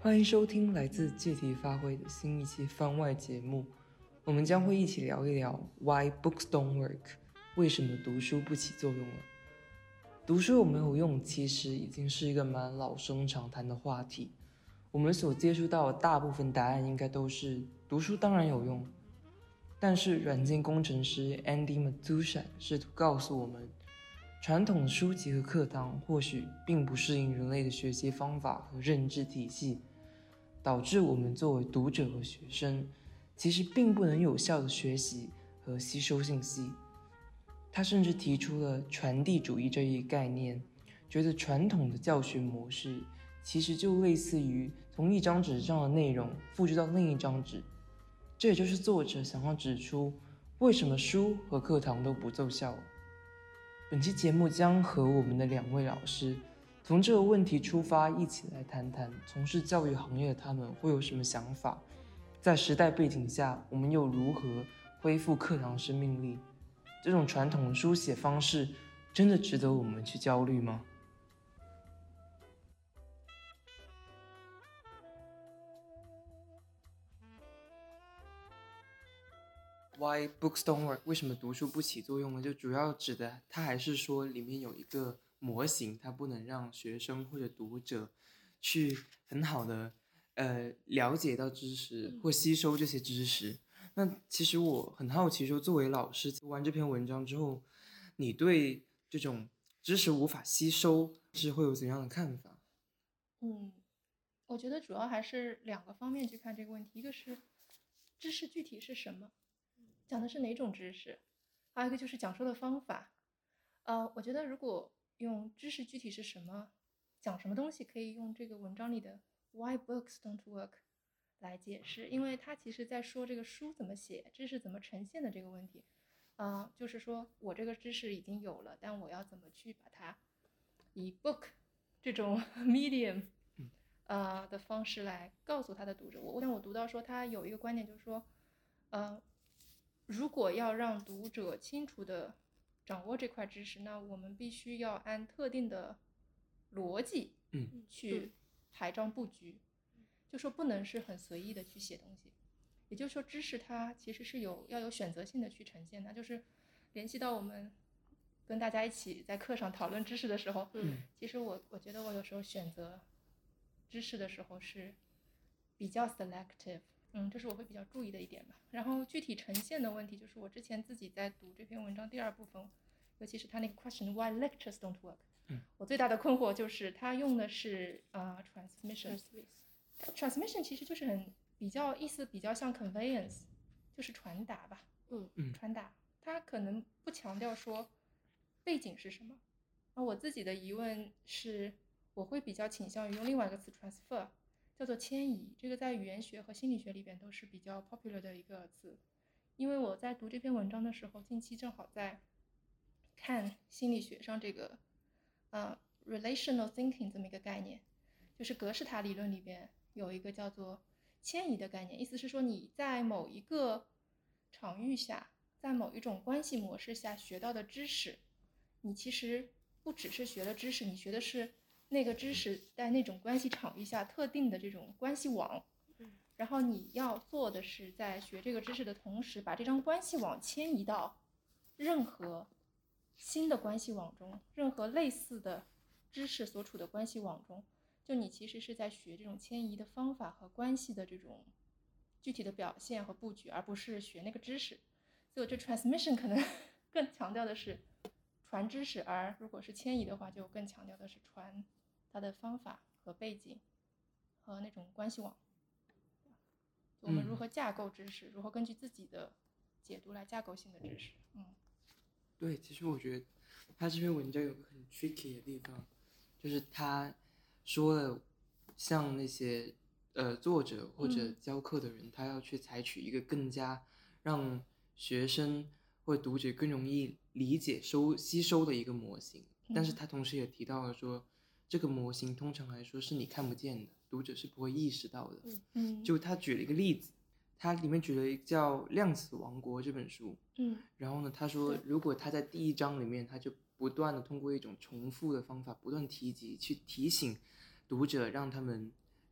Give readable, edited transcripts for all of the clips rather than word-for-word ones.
欢迎收听来自借题发挥的新一期番外节目，我们将会一起聊一聊 Why Books Don't Work， 为什么读书不起作用了。读书有没有用，其实已经是一个蛮老生常谈的话题。我们所接触到的大部分答案应该都是读书当然有用，但是软件工程师 Andy Matushak 试图告诉我们，传统的书籍和课堂或许并不适应人类的学习方法和认知体系，导致我们作为读者和学生，其实并不能有效的学习和吸收信息。他甚至提出了传递主义这一概念，觉得传统的教学模式其实就类似于从一张纸上的内容复制到另一张纸。这也就是作者想要指出为什么书和课堂都不奏效。本期节目将和我们的两位老师从这个问题出发，一起来谈谈从事教育行业的他们会有什么想法，在时代背景下我们又如何恢复课堂生命力。这种传统的书写方式真的值得我们去焦虑吗？ Why books don't work？ 为什么读书不起作用呢？就主要指的，它还是说里面有一个模型，它不能让学生或者读者去很好的了解到知识或吸收这些知识。那其实我很好奇说，作为老师读完这篇文章之后，你对这种知识无法吸收是会有怎样的看法？ 我觉得主要还是两个方面去看这个问题，一个是知识具体是什么，讲的是哪种知识，还有一个就是讲述的方法。我觉得如果用知识具体是什么，讲什么东西，可以用这个文章里的 Why books don't work 来解释，因为他其实在说这个书怎么写，知识怎么呈现的这个问题。就是说我这个知识已经有了，但我要怎么去把它以 book 这种 medium的方式来告诉他的读者。我读到说他有一个观点，就是说如果要让读者清楚的掌握这块知识，那我们必须要按特定的逻辑去排章布局，就说不能是很随意的去写东西。也就是说知识它其实是要有选择性的去呈现的，就是联系到我们跟大家一起在课上讨论知识的时候，其实我觉得我有时候选择知识的时候是比较 selective，这是我会比较注意的一点吧。然后具体呈现的问题，就是我之前自己在读这篇文章第二部分，尤其是他那个 question why lectures don't work，我最大的困惑就是他用的是transmission 其实就是比较意思比较像 conveyance， 就是传达吧，传达，他可能不强调说背景是什么。我自己的疑问是，我会比较倾向于用另外一个词 transfer， 叫做迁移，这个在语言学和心理学里边都是比较 popular 的一个词。因为我在读这篇文章的时候，近期正好在看心理学上这个relational thinking 这么一个概念，就是格式塔理论里边有一个叫做迁移的概念，意思是说你在某一个场域下，在某一种关系模式下学到的知识，你其实不只是学了知识，你学的是那个知识在那种关系场域下特定的这种关系网，然后你要做的是在学这个知识的同时，把这张关系网迁移到任何新的关系网中，任何类似的知识所处的关系网中，就你其实是在学这种迁移的方法和关系的这种具体的表现和布局，而不是学那个知识。所以我这 transmission 可能更强调的是传知识，而如果是迁移的话，就更强调的是传它的方法和背景和那种关系网。我们如何架构知识，如何根据自己的解读来架构性的知识。 对，其实我觉得他这篇文章有个很 tricky 的地方，就是他说了，像那些作者或者教课的人，他要去采取一个更加让学生或者读者更容易理解、吸收的一个模型。但是他同时也提到了说，这个模型通常来说是你看不见的，读者是不会意识到的。就他举了一个例子，他里面举了一个叫《量子王国》这本书，然后呢，他说如果他在第一章里面，他就不断的通过一种重复的方法，不断提及去提醒读者，让他们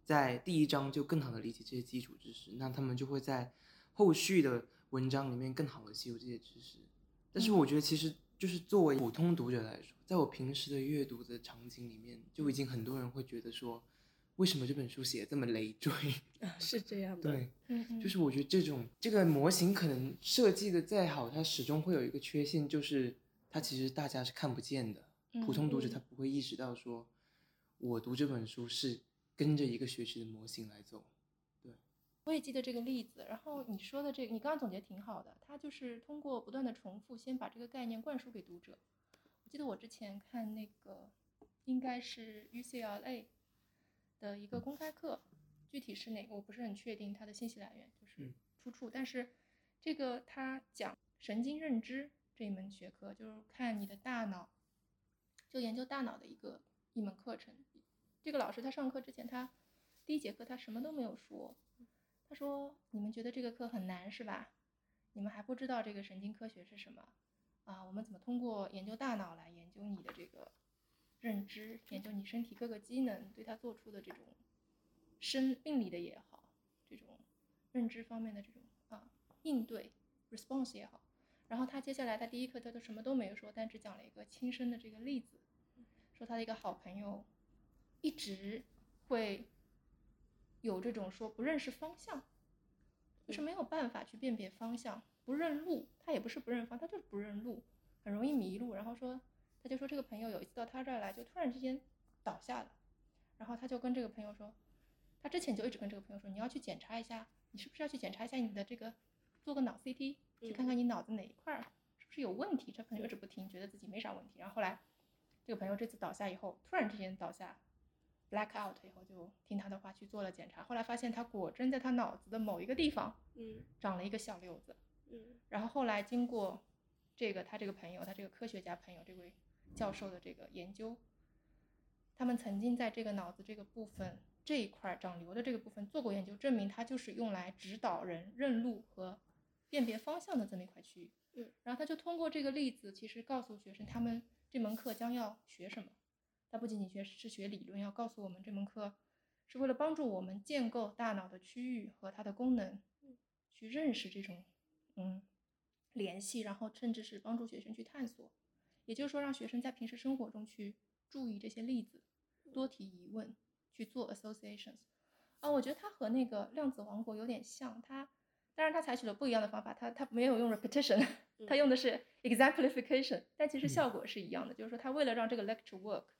在第一章就更好的理解这些基础知识，那他们就会在后续的文章里面更好的吸收这些知识。但是我觉得其实就是作为普通读者来说，在我平时的阅读的场景里面，就已经很多人会觉得说，为什么这本书写得这么累赘是这样的。 对，就是我觉得这个模型可能设计的再好，它始终会有一个缺陷，就是它其实大家是看不见的，普通读者他不会意识到说，我读这本书是跟着一个学习的模型来走。对， 我也记得这个例子，然后你说的这个，你刚刚总结挺好的，它就是通过不断的重复，先把这个概念灌输给读者。我记得我之前看那个应该是 UCLA 的一个公开课，具体是哪个我不是很确定它的信息来源，就是出处，但是这个他讲神经认知这一门学科，就是看你的大脑，就研究大脑的一门课程。这个老师他上课之前，他第一节课他什么都没有说，他说你们觉得这个课很难是吧？你们还不知道这个神经科学是什么啊？我们怎么通过研究大脑来研究你的这个认知，研究你身体各个机能对它做出的这种病理的也好，这种认知方面的这种应对 response 也好。然后他接下来他第一课他都什么都没有说，但只讲了一个亲身的这个例子，说他的一个好朋友一直会有这种说不认识方向，就是没有办法去辨别方向，不认路，他也不是不认方，他就是不认路，很容易迷路。然后说他就说这个朋友有一次到他这儿来，就突然之间倒下了，然后他就跟这个朋友说，他之前就一直跟这个朋友说，你要去检查一下，你是不是要去检查一下你的这个做个脑 CT， 去看看你脑子哪一块是不是有问题。这朋友一直不听，觉得自己没啥问题。然后后来这个朋友这次倒下以后，突然之间倒下 black out 以后，就听他的话去做了检查，后来发现他果真在他脑子的某一个地方长了一个小瘤子。然后后来经过他这个朋友，他这个科学家朋友这位教授的这个研究，他们曾经在这个脑子这个部分这一块长瘤的这个部分做过研究，证明它就是用来指导人认路和辨别方向的这么一块区域。然后他就通过这个例子，其实告诉学生他们这门课将要学什么。他不仅仅是学理论，要告诉我们这门课是为了帮助我们建构大脑的区域和它的功能，去认识这种联系，然后甚至是帮助学生去探索。也就是说，让学生在平时生活中去注意这些例子，多提疑问，去做 associations。我觉得它和那个量子王国有点像，当然他采取了不一样的方法，他没有用 repetition， 他用的是 exemplification， 但其实效果是一样的。就是说他为了让这个 lecture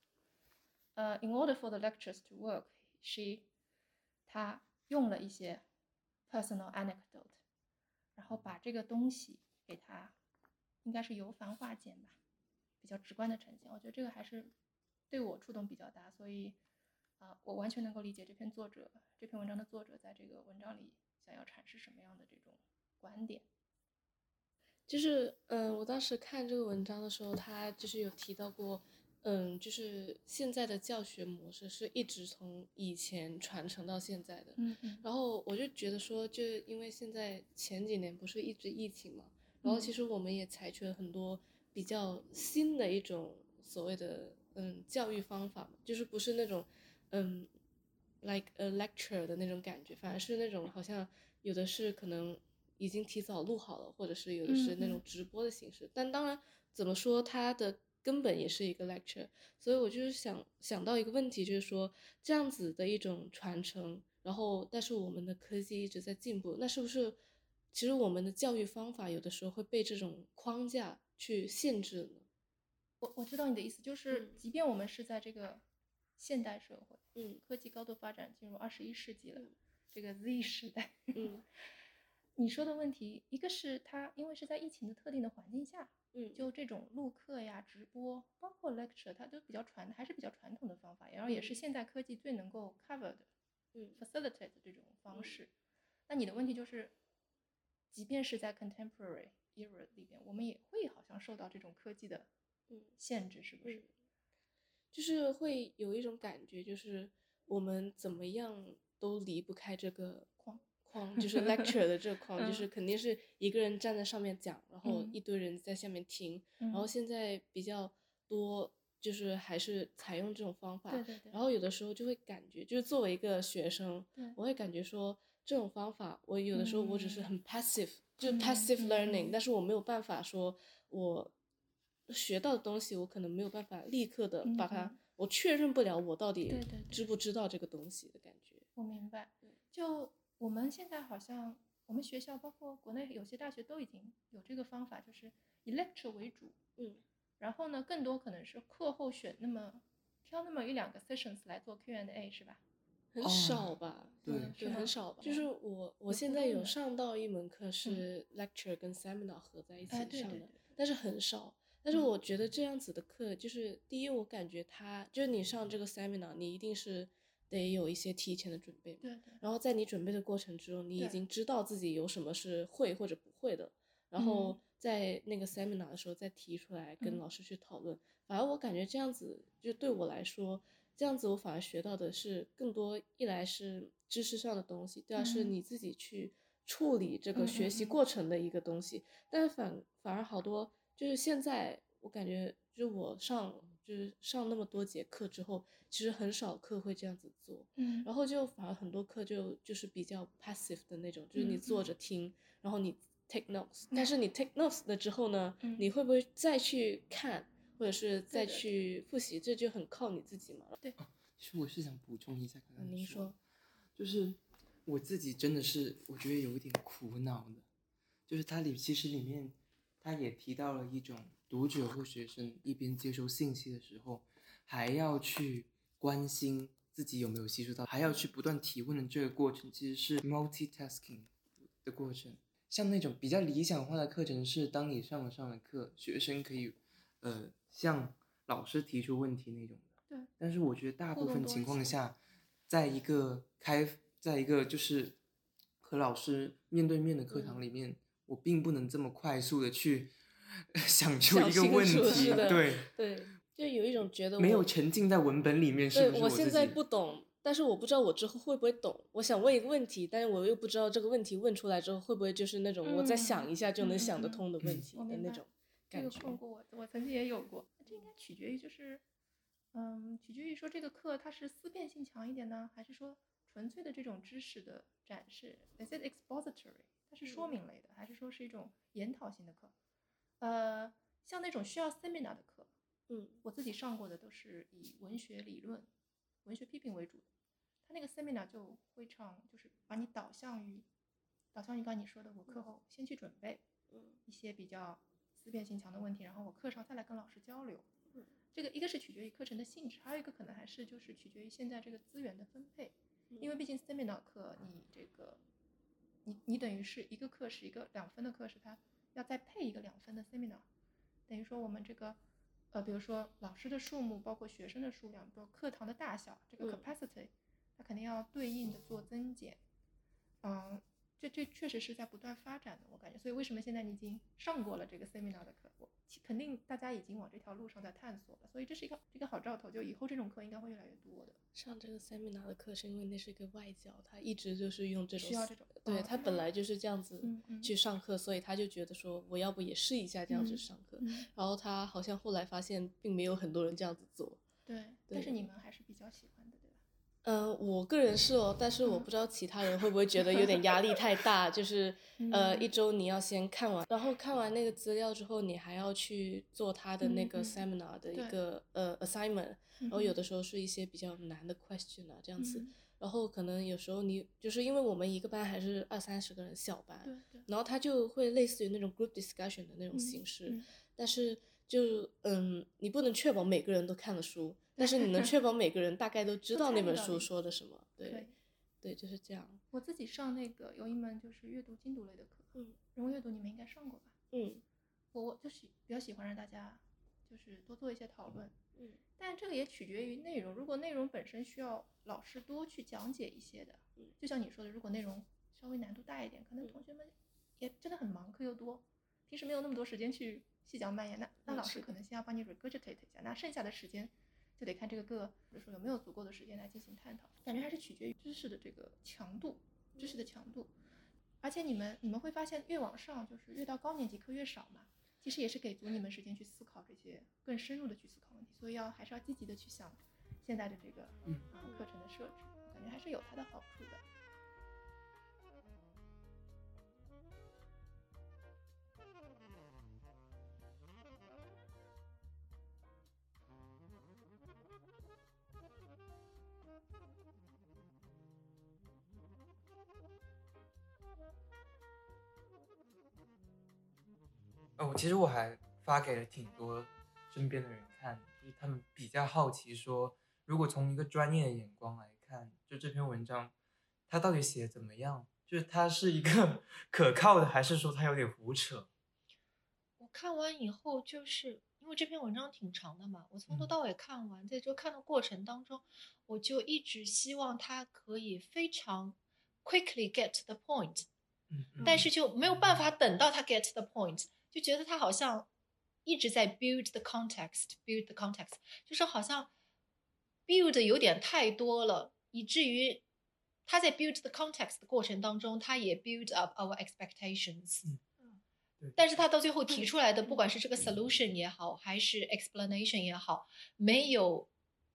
work，in order for the lectures to work， 他用了一些 personal anecdote， 然后把这个东西给他应该是由繁化简吧，比较直观的呈现。我觉得这个还是对我触动比较大，所以我完全能够理解这篇文章的作者在这个文章里想要阐释什么样的这种观点。 就是我当时看这个文章的时候，他就是有提到过就是现在的教学模式是一直从以前传承到现在的。然后我就觉得说，就因为现在前几年不是一直疫情嘛，然后其实我们也采取了很多比较新的一种所谓的教育方法，就是不是那种like a lecture 的那种感觉，反而是那种好像有的是可能已经提早录好了，或者是有的是那种直播的形式。但当然怎么说，它的根本也是一个 lecture。所以我就是想到一个问题，就是说这样子的一种传承，然后但是我们的科技一直在进步，那是不是其实我们的教育方法有的时候会被这种框架去限制呢？ 我知道你的意思，就是即便我们是在这个现代社会，科技高度发展进入21世纪了，这个 Z 时代，你说的问题，一个是它因为是在疫情的特定的环境下，就这种录课呀、直播，包括 lecture， 它都还是比较传统的方法，然后也是现代科技最能够 cover 的，facilitate 的这种方式。那你的问题就是，即便是在 contemporary era 里边，我们也会好像受到这种科技的限制，是不是？ 就是会有一种感觉，就是我们怎么样都离不开这个框，就是 lecture 的这个框，就是肯定是一个人站在上面讲，然后一堆人在下面听，然后现在比较多就是还是采用这种方法。 对， 然后有的时候就会感觉，就是作为一个学生，我会感觉说这种方法，我有的时候我只是很 passive，就是 passive learning，但是我没有办法说我学到的东西，我可能没有办法立刻的把它，我确认不了我到底知不知道这个东西的感觉。 我明白。就我们现在好像我们学校包括国内有些大学都已经有这个方法，就是以 lecture 为主，然后呢更多可能是课后选挑那么1-2个 sessions 来做 Q&A 是吧？ 很少吧， 对， 很少吧。就是我现在有上到一门课是 lecture 跟 seminar 合在一起上的，但是很少。但是我觉得这样子的课，就是第一，我感觉就是你上这个 seminar， 你一定是得有一些提前的准备，然后在你准备的过程中，你已经知道自己有什么是会或者不会的，然后在那个 seminar 的时候再提出来跟老师去讨论。反而我感觉这样子就对我来说，这样子我反而学到的是更多，一来是知识上的东西，第二是你自己去处理这个学习过程的一个东西。但是反而好多就是现在我感觉就是我上那么多节课之后，其实很少课会这样子做，然后就反而很多课就是比较 passive 的那种，就是你坐着听，然后你 take notes，但是你 take notes 了之后呢，你会不会再去看或者是再去复习，这就很靠你自己嘛。 对， 其实我是想补充一下刚刚您说， 就是我自己真的是我觉得有一点苦恼的，就是其实里面他也提到了一种读者或学生一边接收信息的时候，还要去关心自己有没有吸收到，还要去不断提问的这个过程，其实是 multitasking 的过程。像那种比较理想化的课程是，当你上了课，学生可以向老师提出问题那种的。 对。 但是我觉得大部分情况下，在一个就是和老师面对面的课堂里面，我并不能这么快速的去想出一个问题。 对，就有一种觉得没有沉浸在文本里面，是不是我现在不懂，但是我不知道我之后会不会懂。我想问一个问题，但是我又不知道这个问题问出来之后会不会就是那种我再想一下就能想得通的问题的那种感觉。 这个困过我曾经也有过。这应该取决于说这个课它是思辨性强一点呢，还是说纯粹的这种知识的展示 ？Is it expository？ 它是说明类的，还是说是一种研讨性的课？像那种需要 seminar 的课，我自己上过的都是以文学理论、文学批评为主的。他那个 seminar 就会就是把你导向于刚才你说的，我课后先去准备一些比较思辨性强的问题，然后我课上再来跟老师交流。这个一个是取决于课程的性质，还有一个可能还是就是取决于现在这个资源的分配。因为毕竟 seminar 课你等于是一个课是一个2分的课，是它要再配一个2分的 seminar， 等于说我们这个比如说老师的数目，包括学生的数量，包括课堂的大小，这个 capacity 它肯定要对应的做增减。这确实是在不断发展的，我感觉。所以为什么现在你已经上过了这个 seminar 的课，肯定大家已经往这条路上在探索了，所以这是一个好兆头，就以后这种课应该会越来越多的。 上这个 seminar 的课是因为那是一个外教，他一直就是用这种需要这种， 对，他本来就是这样子去上课，所以他就觉得说我要不也试一下这样子上课，然后他好像后来发现并没有很多人这样子做。 对，但是你们还是比较喜欢的，对吧？ 我个人是但是我不知道其他人会不会觉得有点压力太大，就是一周你要先看完，然后看完那个资料之后，你还要去做他的那个 seminar 的一个assignment，然后有的时候是一些比较难的 question 啊这样子，然后可能有时候你就是因为我们一个班还是20-30个人小班，然后他就会类似于那种 group discussion 的那种形式，但是就你不能确保每个人都看了书，但是你能确保每个人大概都知道那本书说的什么。对，就是这样。 我自己上那个有一门就是阅读精读类的课，人物阅读你们应该上过吧？我就是比较喜欢让大家就是多做一些讨论，但这个也取决于内容。如果内容本身需要老师多去讲解一些的，就像你说的，如果内容稍微难度大一点，可能同学们也真的很忙，课又多，平时没有那么多时间去细讲慢言，那老师可能先要帮你 regurgitate 一下，那剩下的时间就得看这个课，比如说有没有足够的时间来进行探讨。感觉还是取决于知识的这个强度，而且你们会发现越往上就是越到高年级课越少嘛，其实也是给足你们时间去思考这些更深入的去思考问题。 题，所以还是要积极的去想现在的这个课程的设置，感觉还是有它的好处的。 其实我还发给了挺多身边的人看，就是他们比较好奇说，如果从一个专业的眼光来看，就这篇文章它到底写得怎么样，就是它是一个可靠的，还是说它有点胡扯。 我看完以后，就是因为这篇文章挺长的嘛，我从头到尾看完，在这看的过程当中，我就一直希望它可以非常 quickly get the point，但是就没有办法等到它 get the point，就觉得它好像一直在 build the context， 就是好像 build 有点太多了，以至于他在 build the context 的过程当中，他也 build up our expectations。但是他到最后提出来的，不管是这个 solution 也好，还是 explanation 也好，没有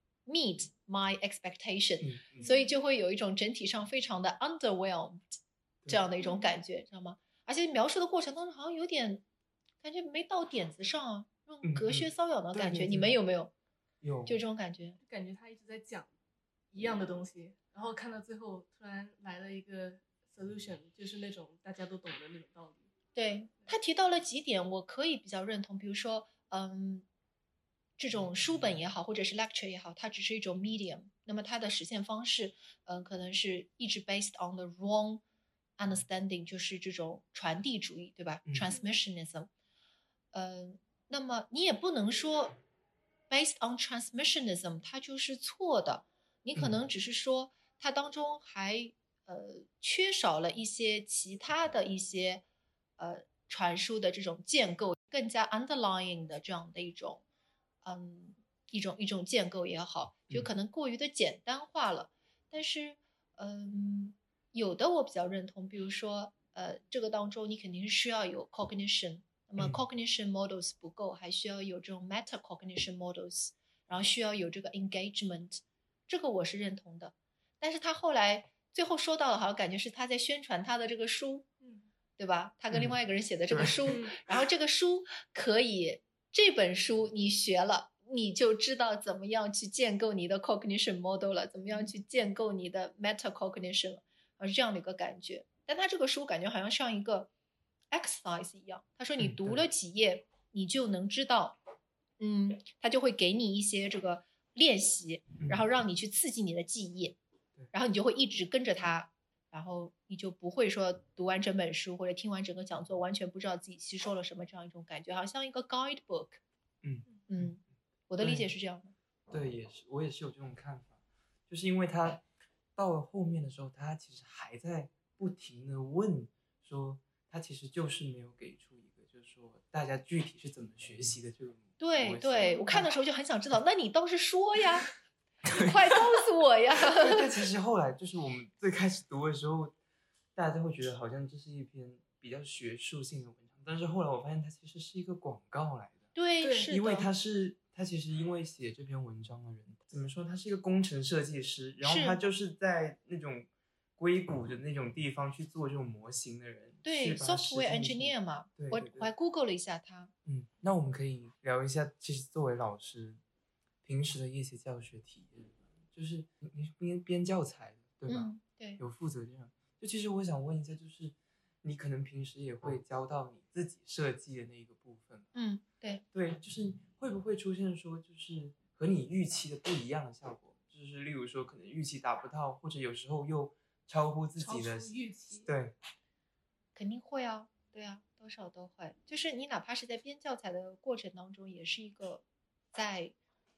meet my expectation，所以就会有一种整体上非常的 underwhelmed 这样的一种感觉，知道吗？而且描述的过程当中好像有点感觉没到点子上啊，那种隔靴搔痒的感觉，你们有没有？ 有， 就这种感觉， 感觉他一直在讲一样的东西，然后看到最后突然来了一个 solution， 就是那种大家都懂的那种道理。 对，他提到了几点，我可以比较认同，比如说，这种书本也好，或者是 lecture 也好，它只是一种 medium， 那么它的实现方式，可能是一直 based on the wrong understanding， 就是这种传递主义，对吧？transmissionism，那么你也不能说 based on transmissionism 它就是错的，你可能只是说它当中还缺少了一些其他的一些传输的这种建构，更加 underlying 的这样的一种一种建构也好，就可能过于的简单化了。但是有的我比较认同，比如说这个当中你肯定是需要有 cognition， 那么 cognition models 不够，还需要有这种 meta cognition models， 然后需要有这个 engagement， 这个我是认同的。但是他后来最后说到了，好像感觉是他在宣传他的这个书，对吧？他跟另外一个人写的这个书，然后这个书可以，这本书你学了，你就知道怎么样去建构你的 cognition model 了，怎么样去建构你的 meta cognition 了，是这样的一个感觉。但他这个书感觉好像像一个 exercise 一样，他说你读了几页，你就能知道，他就会给你一些这个练习，然后让你去刺激你的记忆，然后你就会一直跟着他。然后你就不会说读完整本书或者听完整个讲座完全不知道自己吸收了什么这样一种感觉，好像一个 guidebook。我的理解是这样的。 对，也是，我也是有这种看法，就是因为他到了后面的时候，他其实还在不停的问，说他其实就是没有给出一个，就是说大家具体是怎么学习的这种。 对，我看的时候就很想知道，那你倒是说呀。你快告诉我呀！ 但其实后来就是我们最开始读的时候，大家会觉得好像这是一篇比较学术性的文章，但是后来我发现它其实是一个广告来的。 对，是的。 因为他其实因为写这篇文章的人怎么说，他是一个工程设计师，然后他就是在那种硅谷的那种地方去做这种模型的人。 对 ，software engineer 嘛。 对， 我还 Google 了一下他。 那我们可以聊一下，其实作为老师平时的一些教学体验，就是你是编教材的，对吧？ 对， 有负责这样。就其实我想问一下，就是你可能平时也会教到你自己设计的那一个部分。对，就是会不会出现说，就是和你预期的不一样的效果？就是例如说，可能预期达不到，或者有时候又超乎自己的预期。 对， 肯定会啊，对啊，多少都会。就是你哪怕是在编教材的过程当中，也是一个在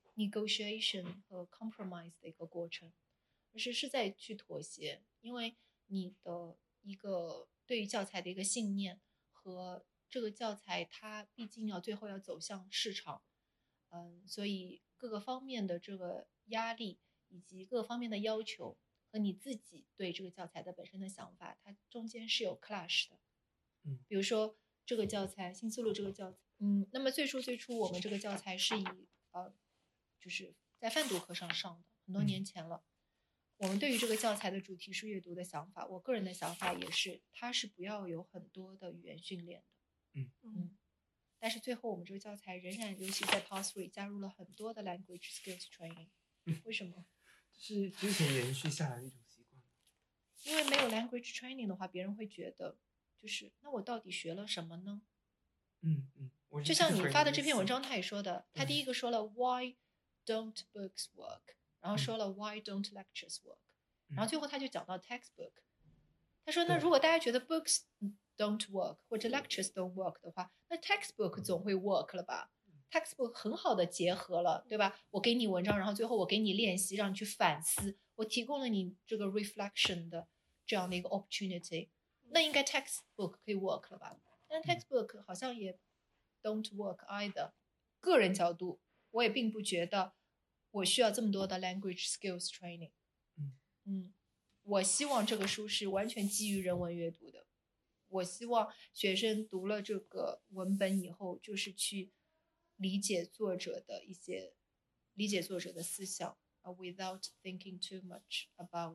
negotiation 和 compromise 的一个过程，是在去妥协，因为你的一个对于教材的一个信念和这个教材它毕竟最后要走向市场，所以各个方面的这个压力以及各个方面的要求和你自己对这个教材的本身的想法，它中间是有 clash 的。比如说这个教材新思路这个教材，那么最初我们这个教材是以就是在泛读课上上的，很多年前了。我们对于这个教材的主题是阅读的想法，我个人的想法也是，它是不要有很多的语言训练的。但是最后我们这个教材仍然，尤其在 Part 3加入了很多的 language skills training。为什么？ 这是之前延续下来的一种习惯。 因为没有 language training 的话，别人会觉得就是那我到底学了什么呢？就像你发的这篇文章，他也说的，他第一个说了 Why don't books work， 然后说了 Why don't lectures work， 然后最后他就讲到 textbook。他说那如果大家觉得 books don't work 或者 lectures don't work 的话，那 textbook 总会 work 了吧？textbook 很好的结合了，对吧？我给你文章，然后最后我给你练习，让你去反思，我提供了你这个 reflection 的这样的一个 opportunity， 那应该 textbook 可以 work 了吧？但 textbook 好像也 don't work either。个人角度，我也并不觉得我需要这么多的 language skills training。我希望这个书是完全基于人文阅读的。我希望学生读了这个文本以后，就是去理解作者的思想without thinking too much about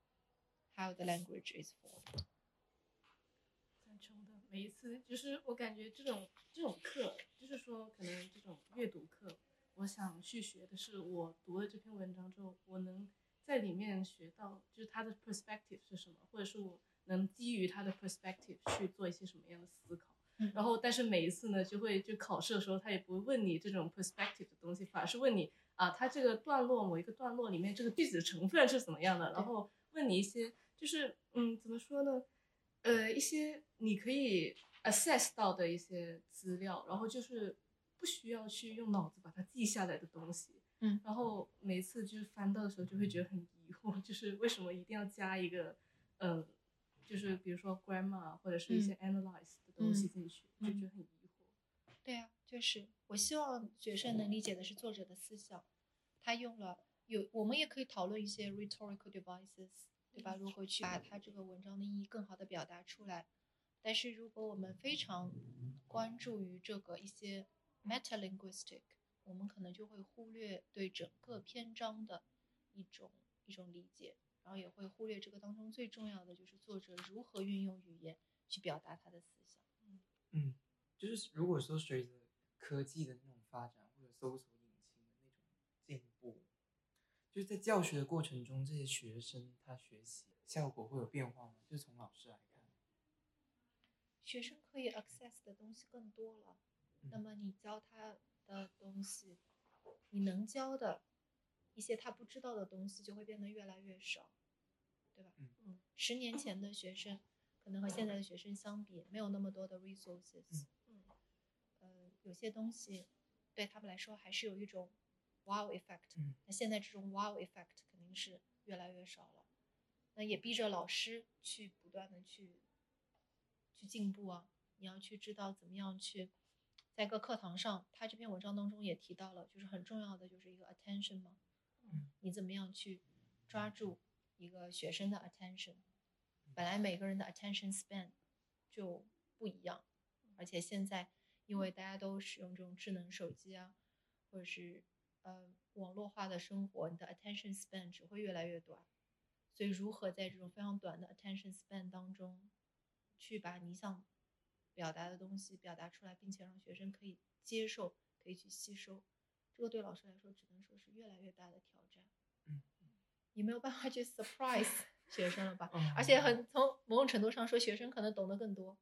how the language is formed。 赞成的。每一次就是我感觉这种课，就是说可能这种阅读课，我想去学的是我读了这篇文章之后，我能在里面学到就是他的 perspective 是什么，或者是我能基于他的 perspective 去做一些什么样的思考。然后但是每一次呢就考试的时候他也不会问你这种 perspective 的东西，反而是问你他这个某一个段落里面这个句子的成分是怎么样的，然后问你一些就是怎么说呢，一些你可以 assess 到的一些资料，然后就是不需要去用脑子把它记下来的东西。然后每次就是翻到的时候就会觉得很疑惑，就是为什么一定要加一个就是比如说 grammar 或者是一些 analyze 的东西进去，就觉得很疑惑。 对啊，就是我希望学生能理解的是作者的思想，他用了我们也可以讨论一些 rhetorical devices， 对吧？如何去把他这个文章的意义更好的表达出来。但是如果我们非常关注于这个一些 metalinguistic， 我们可能就会忽略对整个篇章的一种理解，然后也会忽略这个当中最重要的就是作者如何运用语言去表达他的思想。 就是如果说随着科技的那种发展或者搜索引擎的那种进步，就是在教学的过程中，这些学生他学习效果会有变化吗？就是从老师来看， 学生可以 access 的东西更多了，那么你教他的东西，你能教的一些他不知道的东西就会变得越来越少，对吧？10年前的学生可能和现在的学生相比，没有那么多的 resources。有些东西对他们来说还是有一种 wow effect。那现在这种 wow effect 肯定是越来越少了。那也逼着老师去不断的去进步啊！你要去知道怎么样去，在一个课堂上，他这篇文章当中也提到了，就是很重要的就是一个 attention 嘛。你怎么样去抓住一个学生的 attention？本来每个人的 attention span 就不一样，而且现在因为大家都使用这种智能手机啊，或者是网络化的生活，你的 attention span 只会越来越短。所以如何在这种非常短的 attention span 当中去把你想表达的东西表达出来，并且让学生可以接受，可以去吸收，这个对老师来说只能说是越来越大的挑战。你没有办法去 surprise 学生了吧？而且从某种程度上说，学生可能懂得更多。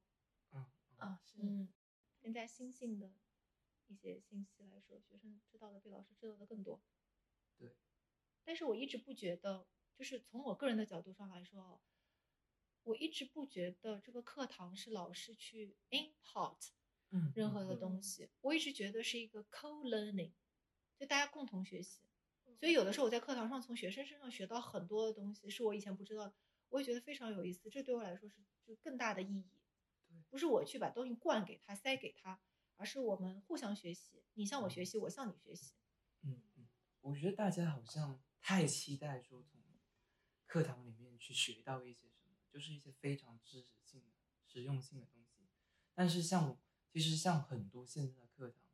更加新兴的一些信息来说，学生知道的比老师知道的更多。 对。 但是我一直不觉得，就是从我个人的角度上来说，我一直不觉得这个课堂是老师去 impart 任何的东西。我一直觉得是一个 co-learning， 就大家共同学习。所以有的时候我在课堂上从学生身上学到很多的东西，是我以前不知道的，我也觉得非常有意思。这对我来说是就更大的意义。不是我去把东西灌给他塞给他，而是我们互相学习，你向我学习，我向你学习。 我觉得大家好像太期待说从课堂里面去学到一些什么，就是一些非常知识性的实用性的东西。但是其实像很多现在的课堂，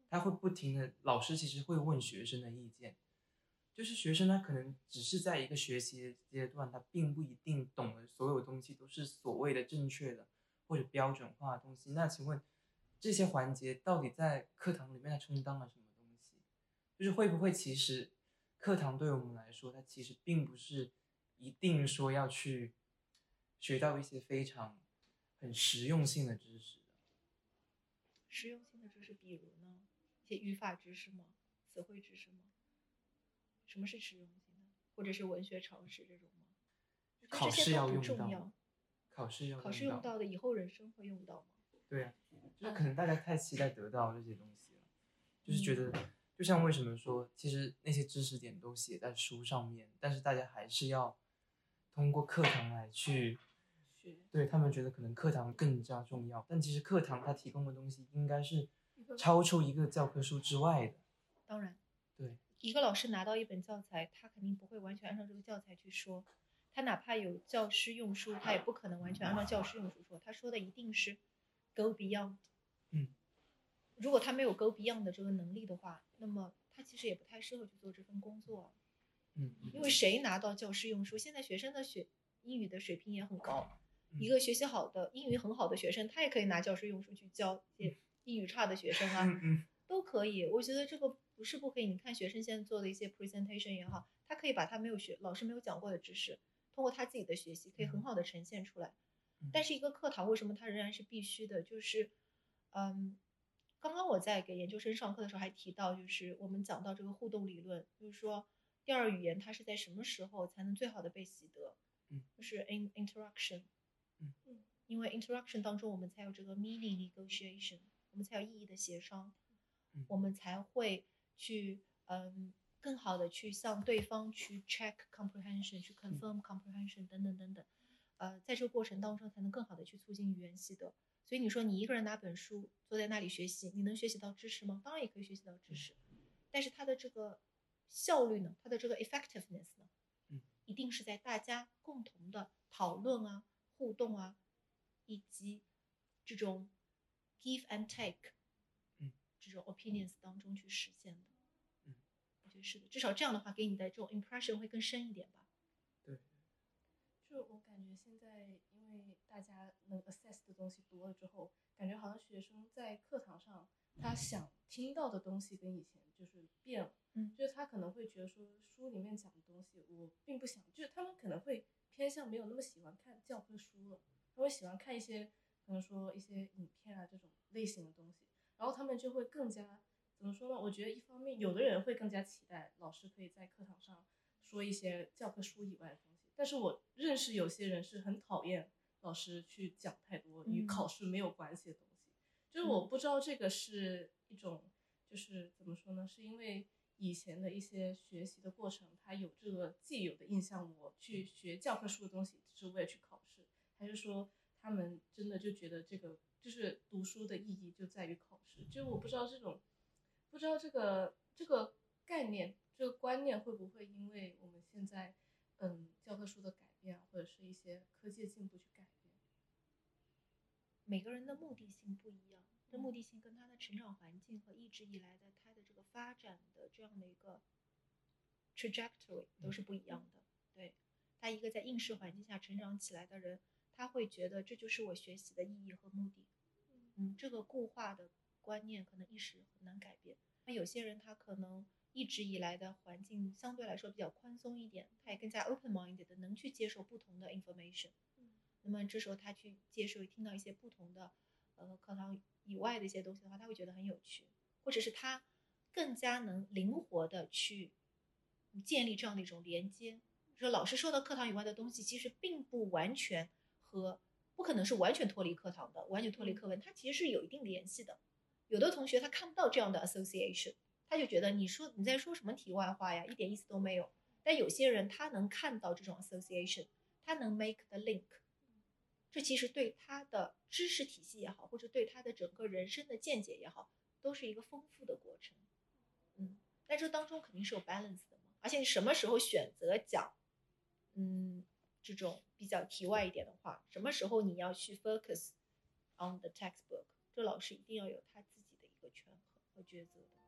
他会不停的，老师其实会问学生的意见，就是学生他可能只是在一个学习阶段，他并不一定懂的所有东西都是所谓的正确的或者标准化的东西。那请问这些环节到底在课堂里面它充当了什么东西？就是会不会其实课堂对我们来说，它其实并不是一定说要去学到一些非常很实用性的知识的。 实用性的知识，比如呢，一些语法知识吗？词汇知识吗？什么是实用性的？或者是文学常识这种吗？ 考试要用到， 重要。考试用到的，以后人生会用到吗？ 对啊，就是可能大家太期待得到这些东西了，就是觉得，就像为什么说，其实那些知识点都写在书上面，但是大家还是要通过课堂来去学。对，他们觉得可能课堂更加重要，但其实课堂它提供的东西应该是超出一个教科书之外的。 当然， 对， 一个老师拿到一本教材，他肯定不会完全按照这个教材去说，他哪怕有教师用书，他也不可能完全按照教师用书说，他说的一定是 go beyond。如果他没有 go beyond 的这个能力的话，那么他其实也不太适合去做这份工作。因为谁拿到教师用书？现在学生的英语的水平也很高，一个学习好的英语很好的学生，他也可以拿教师用书去教一些英语差的学生啊，都可以。我觉得这个不是不可以。你看学生现在做的一些 presentation 也好，他可以把他老师没有讲过的知识，通过他自己的学习，可以很好的呈现出来。但是一个课堂为什么它仍然是必须的？就是刚刚我在给研究生上课的时候还提到，就是我们讲到这个互动理论，就是说第二语言它是在什么时候才能最好的被习得？就是 interaction。因为 interaction 当中我们才有这个 meaning negotiation， 我们才有意义的协商，我们才会去更好的去向对方去 check comprehension， 去 confirm comprehension 等等等等。在这个过程当中才能更好的去促进语言习得。所以你说你一个人拿本书坐在那里学习，你能学习到知识吗？当然也可以学习到知识，但是它的这个效率呢，它的这个 effectiveness 呢，一定是在大家共同的讨论啊、互动啊，以及这种 give and take，这种 opinions 当中去实现的。我觉得是的，至少这样的话，给你的这种 impression 会更深一点吧。 对，就我感觉现在因为大家能 access 的东西多了之后，感觉好像学生在课堂上他想听到的东西跟以前就是变了。就是他可能会觉得说书里面讲的东西我并不想，就是他们可能会偏向没有那么喜欢看教科书了，他会喜欢看一些可能说一些影片啊这种类型的东西，然后他们就会更加怎么说呢？我觉得一方面有的人会更加期待老师可以在课堂上说一些教科书以外的东西，但是我认识有些人是很讨厌老师去讲太多与考试没有关系的东西。就是我不知道这个是一种就是怎么说呢，是因为以前的一些学习的过程它有这个既有的印象，我去学教科书的东西只是为了去考试，还是说他们真的就觉得这个就是读书的意义就在于考试？就我不知道这个概念这个观念会不会因为我们现在教科书的改变或者是一些科技进步去改变。 每个人的目的性不一样，这目的性跟他的成长环境和一直以来的他的这个发展的这样的一个 trajectory 都是不一样的。对，他一个在应试环境下成长起来的人，他会觉得这就是我学习的意义和目的。这个固化的观念可能一时很难改变。那有些人他可能一直以来的环境相对来说比较宽松一点，他也更加 open minded 的能去接受不同的 information。那么这时候他去接受听到一些不同的课堂以外的一些东西的话，他会觉得很有趣，或者是他更加能灵活的去建立这样的一种连接。说老师说的课堂以外的东西其实并不完全和不可能是完全脱离课堂的，完全脱离课文，它其实是有一定联系的。有的同学他看不到这样的 association， 他就觉得你在说什么题外话呀，一点意思都没有。但有些人他能看到这种 association， 他能 make the link， 这其实对他的知识体系也好，或者对他的整个人生的见解也好，都是一个丰富的过程。但这当中肯定是有 balance 的嘛，而且你什么时候选择讲这种比较题外一点的话，什么时候你要去 focus on the textbook， 这老师一定要有他自己的一个权衡和抉择的。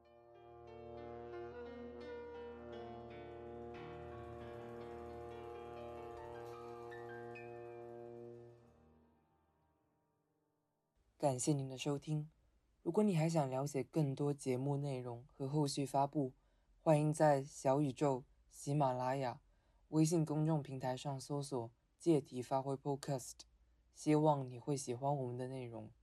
感谢您的收听。如果你还想了解更多节目内容和后续发布，欢迎在小宇宙、喜马拉雅、微信公众平台上搜索“借题发挥 Podcast”。希望你会喜欢我们的内容。